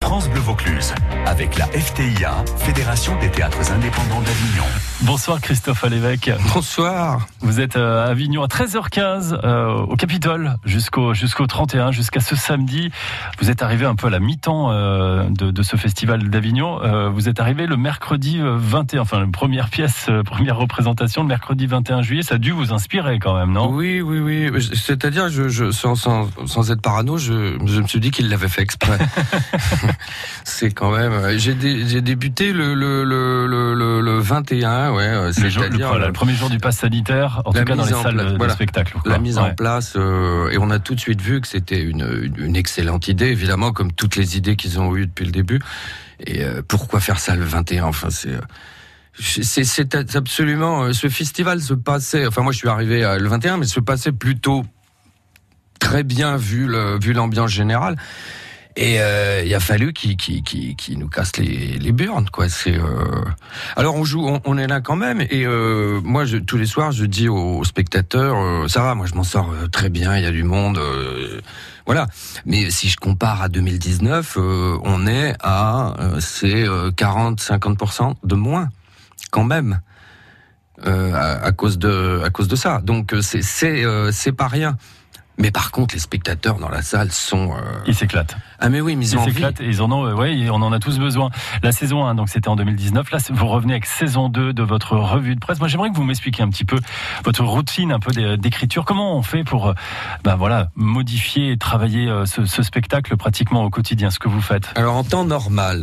France Bleu Vaucluse, avec la FTIA, Fédération des théâtres indépendants d'Avignon. Bonsoir Christophe Alévêque. Bonsoir. Vous êtes à Avignon à 13h15 au Capitole jusqu'au 31, jusqu'à ce samedi. Vous êtes arrivé un peu à la mi-temps de ce festival d'Avignon. Vous êtes arrivé le mercredi 21, enfin la première première représentation le mercredi 21 juillet. Ça a dû vous inspirer quand même, non ? Oui. C'est-à-dire, sans être parano, je me suis dit qu'il l'avait fait exprès. C'est quand même. J'ai débuté le 21, ouais. C'est-à-dire le premier jour du pass sanitaire, en tout cas dans les salles de spectacle. La mise en place, et on a tout de suite vu que c'était une excellente idée, évidemment, comme toutes les idées qu'ils ont eues depuis le début. Et pourquoi faire ça le 21 ? Enfin, c'est absolument. Ce festival se passait. Enfin, moi, je suis arrivé le 21, mais se passait plutôt très bien vu l'ambiance générale. Et il a fallu qu'il nous casse les burnes, quoi. Alors on est là quand même. Et moi, tous les soirs, je dis aux spectateurs, ça va, moi, je m'en sors très bien. Il y a du monde. Voilà. Mais si je compare à 2019, on est à 40-50% de moins. Quand même, à cause de ça. Donc c'est pas rien. Mais par contre, les spectateurs dans la salle sont... Ils s'éclatent. Ah mais oui, mais ils s'éclatent et ils en ont... on en a tous besoin. La saison 1, donc c'était en 2019. Là, vous revenez avec saison 2 de votre revue de presse. Moi, j'aimerais que vous m'expliquiez un petit peu votre routine, un peu d'écriture. Comment on fait pour modifier et travailler ce spectacle pratiquement au quotidien, ce que vous faites ? Alors, en temps normal,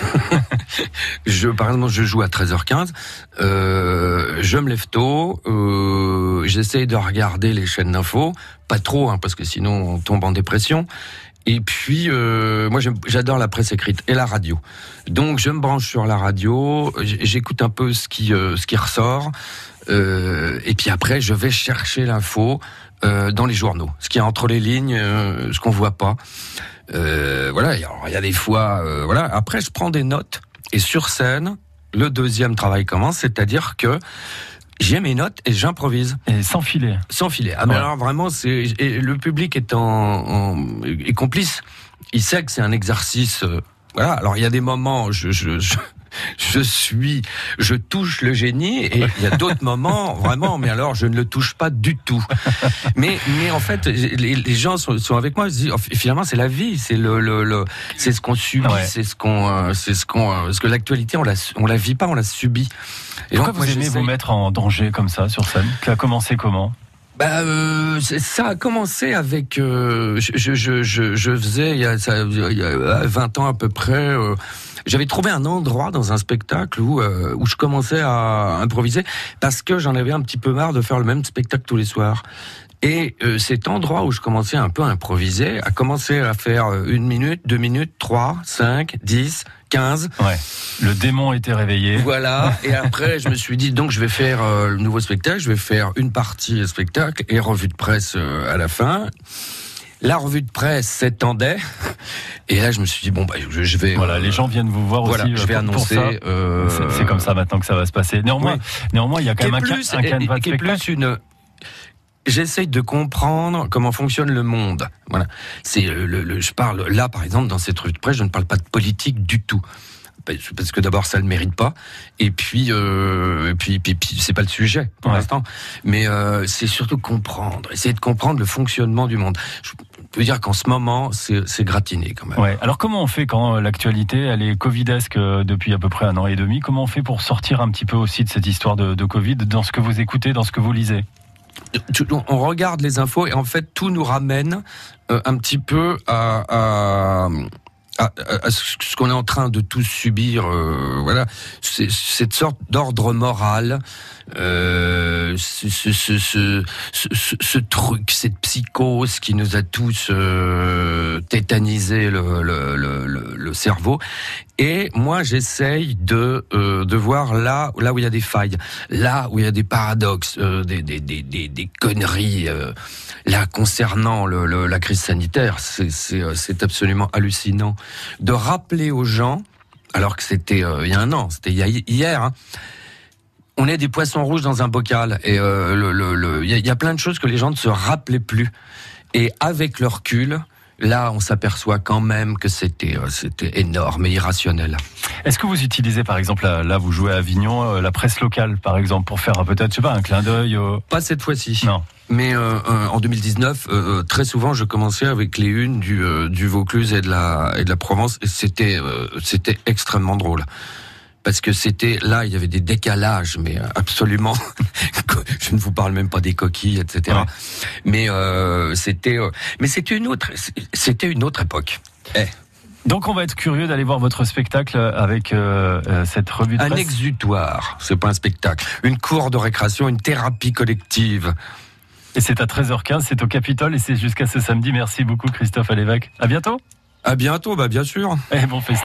par exemple, je joue à 13h15. Je me lève tôt. J'essaye de regarder les chaînes d'infos. Pas trop, parce que sinon on tombe en dépression. Et puis, moi j'adore la presse écrite et la radio. Donc je me branche sur la radio, j'écoute un peu ce qui ressort, et puis après je vais chercher l'info dans les journaux, ce qui est entre les lignes, ce qu'on voit pas. Voilà, il y a des fois, voilà. Après je prends des notes et sur scène, le deuxième travail commence, c'est-à-dire que j'ai mes notes et j'improvise. Et sans filet. Sans filet. Ah, mais alors vraiment, le public est est complice. Il sait que c'est un exercice. Voilà. Alors il y a des moments, je touche le génie, et il y a d'autres moments, vraiment, mais alors je ne le touche pas du tout. Mais en fait, les gens sont avec moi. Ils se disent, finalement, c'est la vie, c'est c'est ce qu'on subit, c'est ce que l'actualité, on la vit pas, on la subit. Et pourquoi vous aimez vous mettre en danger comme ça sur scène ? Ça a commencé comment ? Ça a commencé avec je faisais il y a 20 ans à peu près, j'avais trouvé un endroit dans un spectacle où je commençais à improviser parce que j'en avais un petit peu marre de faire le même spectacle tous les soirs. Et cet endroit où je commençais un peu à improviser a commencé à faire 1 minute, 2 minutes, 3, 5, 10, 15. Ouais. Le démon était réveillé. Voilà. Et après, je me suis dit, donc je vais faire le nouveau spectacle, je vais faire une partie spectacle et revue de presse à la fin. La revue de presse s'étendait. Et là, je me suis dit, je vais... Voilà, les gens viennent vous voir aussi. Voilà, je vais annoncer... C'est comme ça maintenant que ça va se passer. Néanmoins, il y a quand même un canevas de spectacle. J'essaye de comprendre comment fonctionne le monde. Voilà. Je parle là, par exemple, dans cette revue de presse, je ne parle pas de politique du tout. Parce que d'abord, ça le mérite pas. Et puis c'est pas le sujet pour l'instant. Mais c'est surtout essayer de comprendre le fonctionnement du monde. Je peux dire qu'en ce moment, c'est gratiné quand même. Ouais. Alors comment on fait quand l'actualité, elle est covidesque depuis à peu près 1 an et demi ? Comment on fait pour sortir un petit peu aussi de cette histoire de Covid, dans ce que vous écoutez, dans ce que vous lisez ? On regarde les infos et en fait tout nous ramène un petit peu à ce qu'on est en train de tous subir. Voilà, c'est cette sorte d'ordre moral, ce truc, cette psychose qui nous a tous tétanisé le cerveau. Et moi, j'essaye de voir là où il y a des failles, là où il y a des paradoxes, des conneries. Là, concernant la crise sanitaire, c'est absolument hallucinant de rappeler aux gens, alors que c'était il y a 1 an, c'était hier. Hein, on est des poissons rouges dans un bocal, et il y a plein de choses que les gens ne se rappelaient plus. Et avec le recul, Là, on s'aperçoit quand même que c'était énorme et irrationnel. Est-ce que vous utilisez, par exemple, là vous jouez à Avignon, la presse locale, par exemple, pour faire peut-être, je sais pas, un clin d'œil Pas cette fois-ci. Non. Mais en 2019, très souvent, je commençais avec les unes du Vaucluse et de la Provence, et c'était extrêmement drôle. Parce que là, il y avait des décalages, mais absolument. Je ne vous parle même pas des coquilles, etc. Ouais. Mais c'était une autre époque. Donc on va être curieux d'aller voir votre spectacle avec cette revue de presse. Un exutoire, c'est pas un spectacle. Une cour de récréation, une thérapie collective. Et c'est à 13h15, c'est au Capitole et c'est jusqu'à ce samedi. Merci beaucoup Christophe Alévèque. À bientôt. À bientôt, bien sûr. Et bon festival.